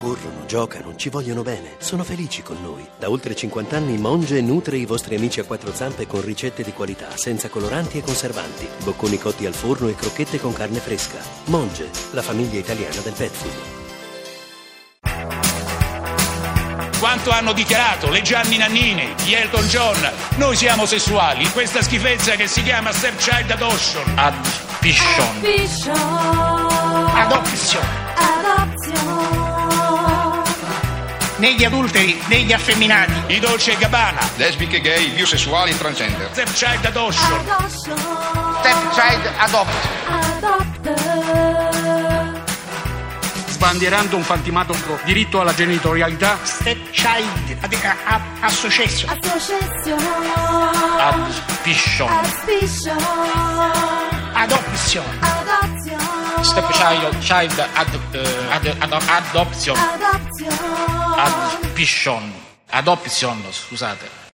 Corrono, giocano, ci vogliono bene, sono felici con noi. Da oltre 50 anni Monge nutre i vostri amici a quattro zampe con ricette di qualità, senza coloranti e conservanti, bocconi cotti al forno e crocchette con carne fresca. Monge, la famiglia italiana del pet food. Quanto hanno dichiarato le Gianni Nannini, gli Elton John, noi siamo sessuali in questa schifezza che si chiama stepchild adoption. Adozione. Negli adulteri, negli affeminati. I Dolce & Gabbana. Lesbiche, gay, bisessuali e transgender. Stepchild adoption. Stepchild adopt. Sbandierando un fantomato diritto alla genitorialità. Stepchild association. Adoption. Stepchild adoption. Adoption, scusate.